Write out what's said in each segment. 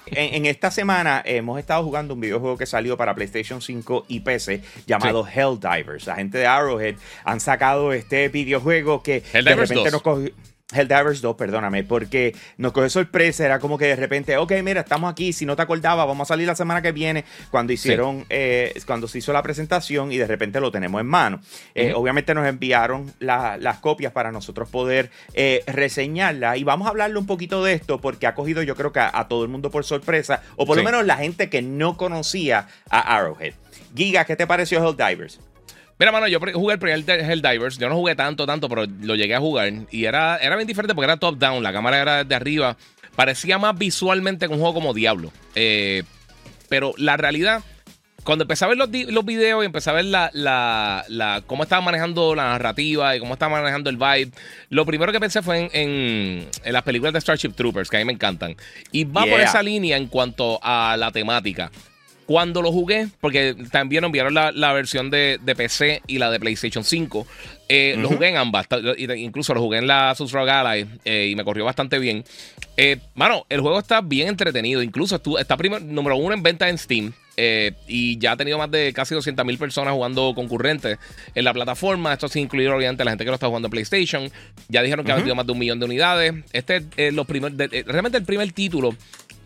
En esta semana hemos estado jugando un videojuego que salió para PlayStation 5 y PC llamado Helldivers. La gente de Arrowhead han sacado este videojuego que de Helldivers repente 2. nos cogió. Helldivers 2, perdóname, porque nos cogió sorpresa. Era como que de repente, ok, mira, estamos aquí. Si no te acordabas, vamos a salir la semana que viene. Cuando hicieron, cuando se hizo la presentación y de repente lo tenemos en mano. Obviamente nos enviaron las copias para nosotros poder reseñarla. Y vamos a hablarle un poquito de esto porque ha cogido, yo creo que a todo el mundo por sorpresa, o por lo menos la gente que no conocía a Arrowhead. Giga, ¿qué te pareció Helldivers? Mira, mano, yo jugué el primer Helldivers. Yo no jugué tanto, pero lo llegué a jugar. Y era bien diferente porque era top-down. La cámara era de arriba. Parecía más visualmente que un juego como Diablo. Pero la realidad, cuando empecé a ver los videos y empecé a ver cómo estaba manejando la narrativa y cómo estaba manejando el vibe, lo primero que pensé fue en las películas de Starship Troopers, que a mí me encantan. Y va por esa línea en cuanto a la temática. Cuando lo jugué, porque también enviaron la versión de PC y la de PlayStation 5, lo jugué en ambas. Incluso lo jugué en la Asus ROG Ally y me corrió bastante bien. Mano, el juego está bien entretenido. Incluso está número 1 en venta en Steam. Y ya ha tenido más de casi 200,000 personas jugando concurrentes en la plataforma. Esto sin incluir, obviamente, la gente que lo está jugando en PlayStation. Ya dijeron que ha vendido más de 1,000,000 de unidades. Realmente el primer título.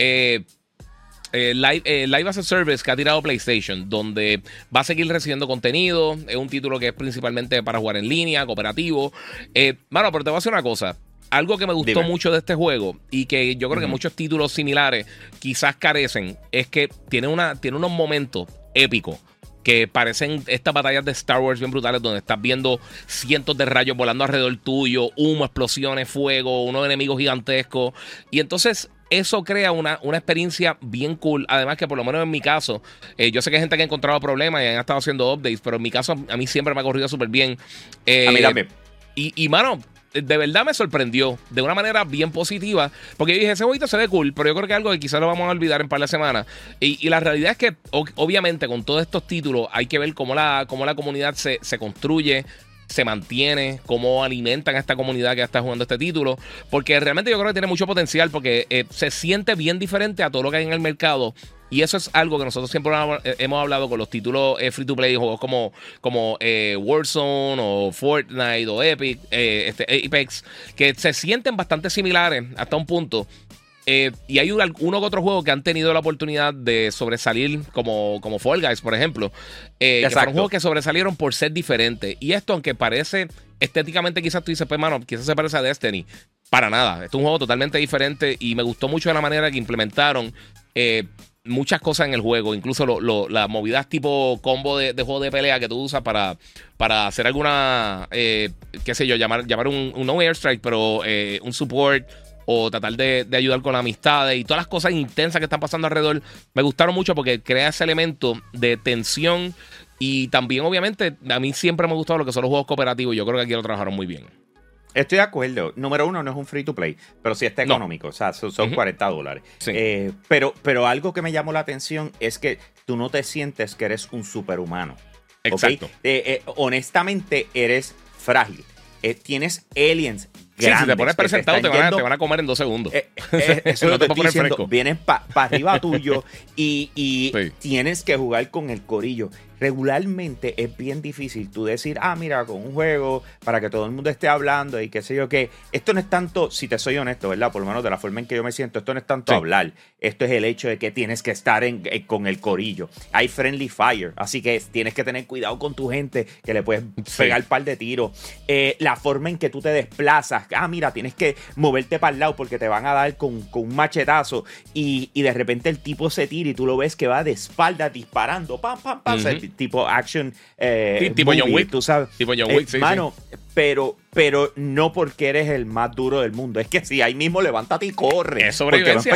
Live as a Service que ha tirado PlayStation, donde va a seguir recibiendo contenido. Es un título que es principalmente para jugar en línea, cooperativo. Mano, pero te voy a decir una cosa. Algo que me gustó mucho de este juego y que yo creo que muchos títulos similares quizás carecen, es que tiene unos momentos épicos que parecen estas batallas de Star Wars bien brutales, donde estás viendo cientos de rayos volando alrededor tuyo, humo, explosiones, fuego, unos enemigos gigantescos. Y entonces eso crea una experiencia bien cool. Además que por lo menos en mi caso, yo sé que hay gente que ha encontrado problemas y han estado haciendo updates, pero en mi caso a mí siempre me ha corrido súper bien. A mí también. Y mano, de verdad me sorprendió de una manera bien positiva, porque yo dije, ese jueguito se ve cool, pero yo creo que es algo que quizás lo vamos a olvidar en un par de semanas. Y la realidad es que obviamente con todos estos títulos hay que ver cómo la comunidad se construye, se mantiene, cómo alimentan a esta comunidad que está jugando este título, porque realmente yo creo que tiene mucho potencial, porque se siente bien diferente a todo lo que hay en el mercado. Y eso es algo que nosotros siempre hemos hablado con los títulos free to play, juegos como Warzone o Fortnite o Apex, que se sienten bastante similares hasta un punto. Y hay uno que otro juego que han tenido la oportunidad de sobresalir, como Fall Guys, por ejemplo. Que fueron juegos que sobresalieron por ser diferentes. Y esto, aunque parece estéticamente, quizás tú dices, pues, mano, quizás se parece a Destiny. Para nada. Esto es un juego totalmente diferente y me gustó mucho la manera que implementaron muchas cosas en el juego. Incluso las movidas tipo combo de juego de pelea que tú usas para hacer alguna, qué sé yo, llamar no airstrike, pero un support, o tratar de ayudar con amistades y todas las cosas intensas que están pasando alrededor. Me gustaron mucho porque crea ese elemento de tensión. Y también, obviamente, a mí siempre me ha gustado lo que son los juegos cooperativos. Yo creo que aquí lo trabajaron muy bien. Estoy de acuerdo. Número 1, no es un free to play, pero sí está económico. O sea, son $40. Sí. Pero algo que me llamó la atención es que tú no te sientes que eres un superhumano. Exacto. ¿Okay? Honestamente, eres frágil. Tienes aliens grandes. Si te pones presentado, te van a comer en 2 segundos. Eso no lo te estoy puedo poner diciendo. fresco. Vienen para arriba tuyo y tienes que jugar con el corillo. Regularmente es bien difícil tú decir, mira, con un juego para que todo el mundo esté hablando y qué sé yo qué. Esto no es tanto, si te soy honesto, ¿verdad? Por lo menos de la forma en que yo me siento, esto no es tanto hablar. Esto es el hecho de que tienes que estar con el corillo. Hay friendly fire, así que tienes que tener cuidado con tu gente, que le puedes pegar un par de tiros. La forma en que tú te desplazas, mira, tienes que moverte para el lado porque te van a dar con un machetazo y de repente el tipo se tira y tú lo ves que va de espalda disparando, pam, pam, pam. O sea, tipo action tipo movie, John Wick. tú sabes. Tipo John Wick, sí. Mano, pero no porque eres el más duro del mundo. Es que si ahí mismo levántate y corre. Es sobrevivencia.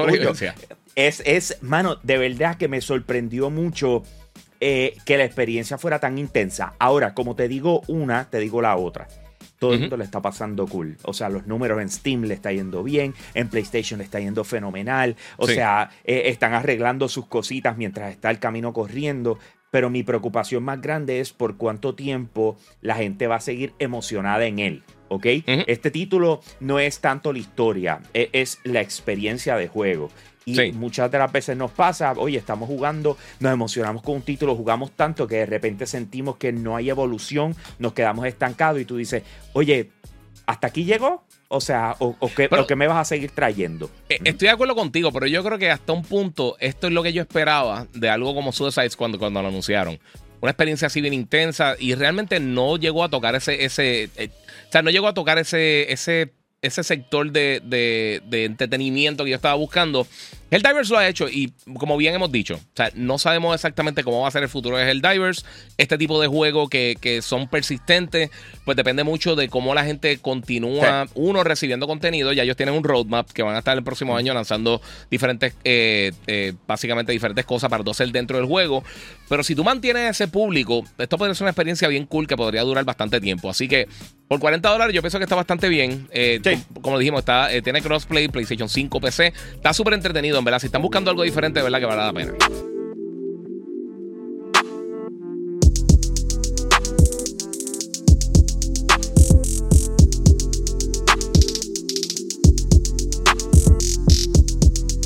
Mano, de verdad que me sorprendió mucho que la experiencia fuera tan intensa. Ahora, como te digo una, te digo la otra. Todo el mundo le está pasando cool. O sea, los números en Steam le está yendo bien, en PlayStation le está yendo fenomenal. O sea, están arreglando sus cositas mientras está el camino corriendo. Pero mi preocupación más grande es por cuánto tiempo la gente va a seguir emocionada en él. ¿ok? Este título no es tanto la historia, es la experiencia de juego. Y muchas de las veces nos pasa, oye, estamos jugando, nos emocionamos con un título, jugamos tanto que de repente sentimos que no hay evolución, nos quedamos estancados y tú dices, oye, ¿hasta aquí llegó? O sea, ¿o qué me vas a seguir trayendo? Estoy de acuerdo contigo, pero yo creo que hasta un punto esto es lo que yo esperaba de algo como Suicide Squad cuando lo anunciaron. Una experiencia así bien intensa y realmente no llegó a tocar ese sector de entretenimiento que yo estaba buscando. Helldivers lo ha hecho y como bien hemos dicho, o sea, no sabemos exactamente cómo va a ser el futuro de Helldivers. Este tipo de juegos que son persistentes, pues depende mucho de cómo la gente continúa, recibiendo contenido. Ya ellos tienen un roadmap que van a estar el próximo año lanzando diferentes, básicamente diferentes cosas para tú hacer dentro del juego. Pero si tú mantienes ese público, esto podría ser una experiencia bien cool que podría durar bastante tiempo. Así que por $40 yo pienso que está bastante bien. Como dijimos, tiene crossplay, PlayStation 5, PC. Está súper entretenido, en verdad. Si están buscando algo diferente, de verdad que vale la pena.